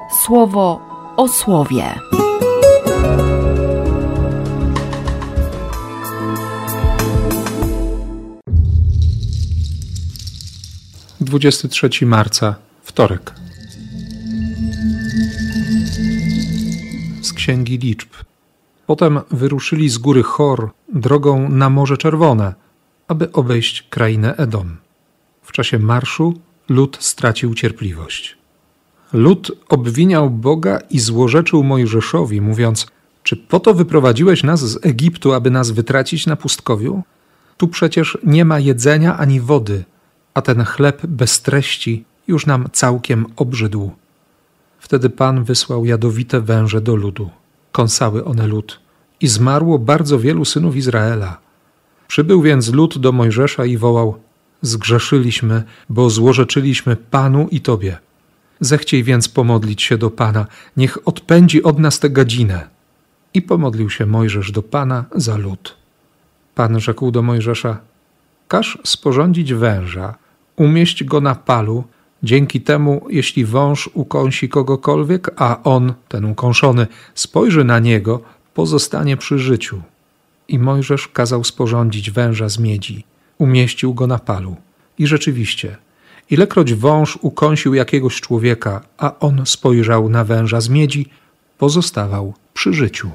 Słowo o słowie. Dwudziesty 23 marca, wtorek. Z Księgi Liczb. Potem wyruszyli z góry Hor drogą na Morze Czerwone, aby obejść krainę Edom. W czasie marszu lud stracił cierpliwość. Lud obwiniał Boga i złorzeczył Mojżeszowi, mówiąc: czy po to wyprowadziłeś nas z Egiptu, aby nas wytracić na pustkowiu? Tu przecież nie ma jedzenia ani wody, a ten chleb bez treści już nam całkiem obrzydł. Wtedy Pan wysłał jadowite węże do ludu. Kąsały one lud i zmarło bardzo wielu synów Izraela. Przybył więc lud do Mojżesza i wołał: zgrzeszyliśmy, bo złorzeczyliśmy Panu i Tobie. Zechciej więc pomodlić się do Pana, niech odpędzi od nas tę gadzinę. I pomodlił się Mojżesz do Pana za lud. Pan rzekł do Mojżesza: każ sporządzić węża, umieść go na palu, dzięki temu, jeśli wąż ukąsi kogokolwiek, a on, ten ukąszony, spojrzy na niego, pozostanie przy życiu. I Mojżesz kazał sporządzić węża z miedzi, umieścił go na palu. I rzeczywiście, ilekroć wąż ukąsił jakiegoś człowieka, a on spojrzał na węża z miedzi, pozostawał przy życiu.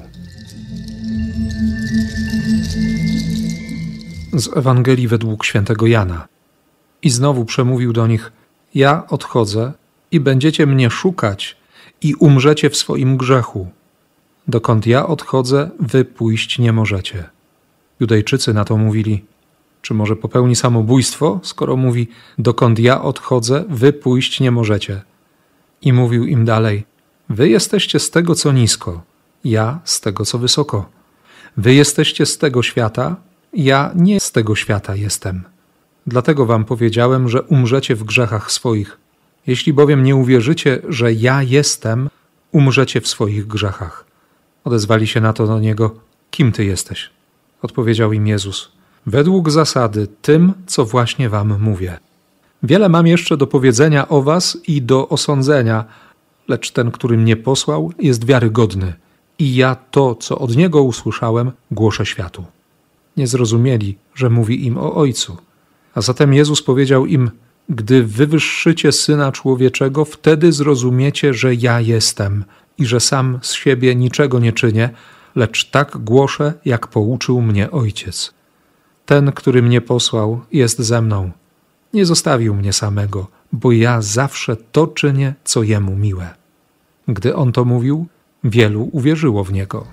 Z Ewangelii według świętego Jana. I znowu przemówił do nich: ja odchodzę i będziecie mnie szukać i umrzecie w swoim grzechu. Dokąd ja odchodzę, wy pójść nie możecie. Judejczycy na to mówili: czy może popełni samobójstwo, skoro mówi: dokąd ja odchodzę, wy pójść nie możecie. I mówił im dalej: wy jesteście z tego, co nisko, ja z tego, co wysoko. Wy jesteście z tego świata, ja nie z tego świata jestem. Dlatego wam powiedziałem, że umrzecie w grzechach swoich. Jeśli bowiem nie uwierzycie, że ja jestem, umrzecie w swoich grzechach. Odezwali się na to do niego: kim ty jesteś? Odpowiedział im Jezus: według zasady tym, co właśnie wam mówię. Wiele mam jeszcze do powiedzenia o was i do osądzenia, lecz ten, który mnie posłał, jest wiarygodny i ja to, co od niego usłyszałem, głoszę światu. Nie zrozumieli, że mówi im o Ojcu. A zatem Jezus powiedział im: gdy wywyższycie Syna Człowieczego, wtedy zrozumiecie, że ja jestem i że sam z siebie niczego nie czynię, lecz tak głoszę, jak pouczył mnie Ojciec. Ten, który mnie posłał, jest ze mną. Nie zostawił mnie samego, bo ja zawsze to czynię, co jemu miłe. Gdy on to mówił, wielu uwierzyło w niego.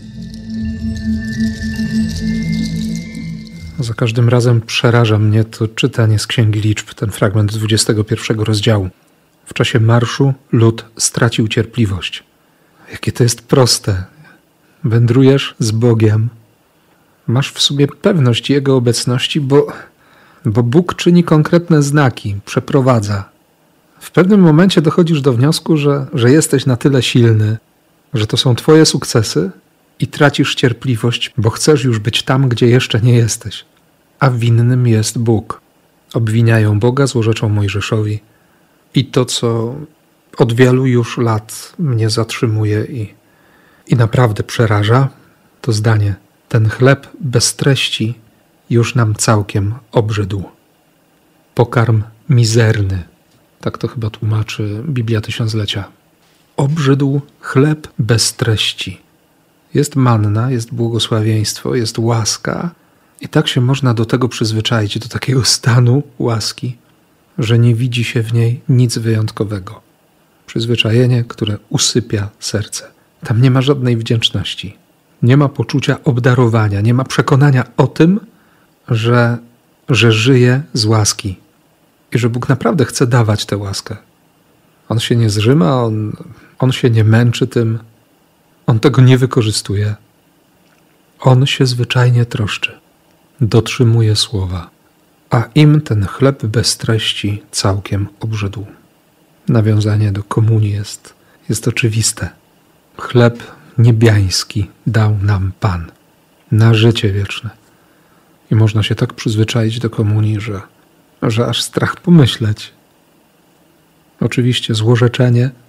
Za każdym razem przeraża mnie to czytanie z Księgi Liczb, ten fragment 21 rozdziału. W czasie marszu lud stracił cierpliwość. Jakie to jest proste. Wędrujesz z Bogiem, masz w sobie pewność Jego obecności, bo Bóg czyni konkretne znaki, przeprowadza. W pewnym momencie dochodzisz do wniosku, że jesteś na tyle silny, że to są twoje sukcesy i tracisz cierpliwość, bo chcesz już być tam, gdzie jeszcze nie jesteś. A winnym jest Bóg. Obwiniają Boga, złorzeczą Mojżeszowi. I to, co od wielu już lat mnie zatrzymuje i naprawdę przeraża, to zdanie: ten chleb bez treści już nam całkiem obrzydł. Pokarm mizerny. Tak to chyba tłumaczy Biblia Tysiąclecia. Obrzydł chleb bez treści. Jest manna, jest błogosławieństwo, jest łaska i tak się można do tego przyzwyczaić, do takiego stanu łaski, że nie widzi się w niej nic wyjątkowego. Przyzwyczajenie, które usypia serce. Tam nie ma żadnej wdzięczności. Nie ma poczucia obdarowania, nie ma przekonania o tym, że żyje z łaski i że Bóg naprawdę chce dawać tę łaskę. On się nie zżyma, on się nie męczy tym, on tego nie wykorzystuje. On się zwyczajnie troszczy, dotrzymuje słowa, a im ten chleb bez treści całkiem obrzydł. Nawiązanie do komunii jest oczywiste. Chleb niebiański dał nam Pan na życie wieczne. I można się tak przyzwyczaić do komunii, że aż strach pomyśleć. Oczywiście złorzeczenie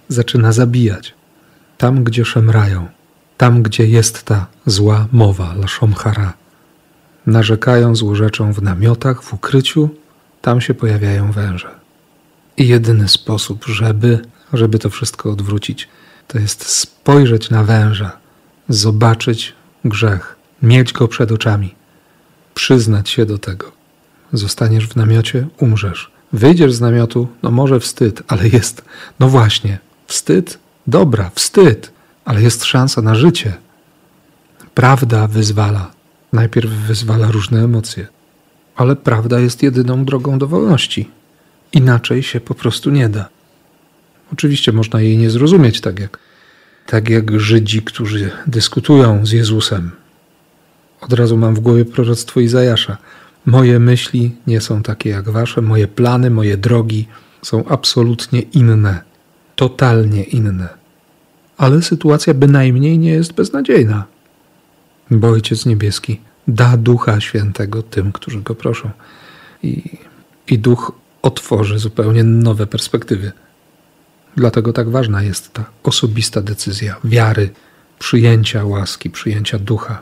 zaczyna zabijać. Tam, gdzie szemrają, tam, gdzie jest ta zła mowa, lashon hara. Narzekają, złorzeczą w namiotach, w ukryciu, tam się pojawiają węże. I jedyny sposób, żeby to wszystko odwrócić, to jest spojrzeć na węża, zobaczyć grzech, mieć go przed oczami, przyznać się do tego. Zostaniesz w namiocie, umrzesz. Wyjdziesz z namiotu, no może wstyd, ale jest, no właśnie, wstyd, dobra, wstyd, ale jest szansa na życie. Prawda wyzwala. Najpierw wyzwala różne emocje, ale prawda jest jedyną drogą do wolności. Inaczej się po prostu nie da. Oczywiście można jej nie zrozumieć, tak jak Żydzi, którzy dyskutują z Jezusem. Od razu mam w głowie proroctwo Izajasza. Moje myśli nie są takie jak wasze, moje plany, moje drogi są absolutnie inne, totalnie inne. Ale sytuacja bynajmniej nie jest beznadziejna, bo Ojciec Niebieski da Ducha Świętego tym, którzy Go proszą. I Duch otworzy zupełnie nowe perspektywy. Dlatego tak ważna jest ta osobista decyzja wiary, przyjęcia łaski, przyjęcia Ducha.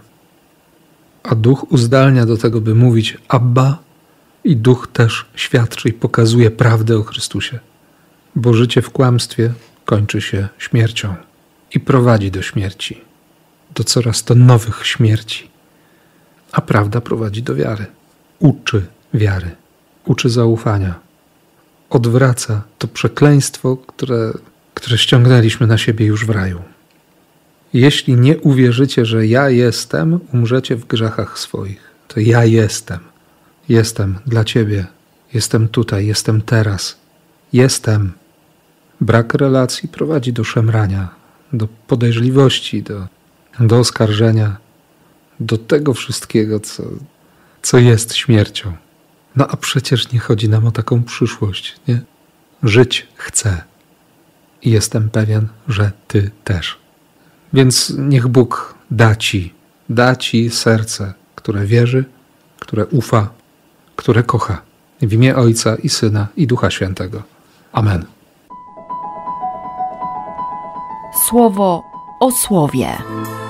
A Duch uzdalnia do tego, by mówić Abba, i Duch też świadczy i pokazuje prawdę o Chrystusie. Bo życie w kłamstwie kończy się śmiercią i prowadzi do śmierci, do coraz to nowych śmierci. A prawda prowadzi do wiary. Uczy wiary, uczy zaufania. Odwraca to przekleństwo, które ściągnęliśmy na siebie już w raju. Jeśli nie uwierzycie, że ja jestem, umrzecie w grzechach swoich. To ja jestem. Jestem dla ciebie. Jestem tutaj, jestem teraz. Jestem. Brak relacji prowadzi do szemrania, do podejrzliwości, do oskarżenia, do tego wszystkiego, co jest śmiercią. No a przecież nie chodzi nam o taką przyszłość, nie? Żyć chcę. I jestem pewien, że ty też. Więc niech Bóg da ci serce, które wierzy, które ufa, które kocha. W imię Ojca i Syna i Ducha Świętego. Amen. Słowo o słowie.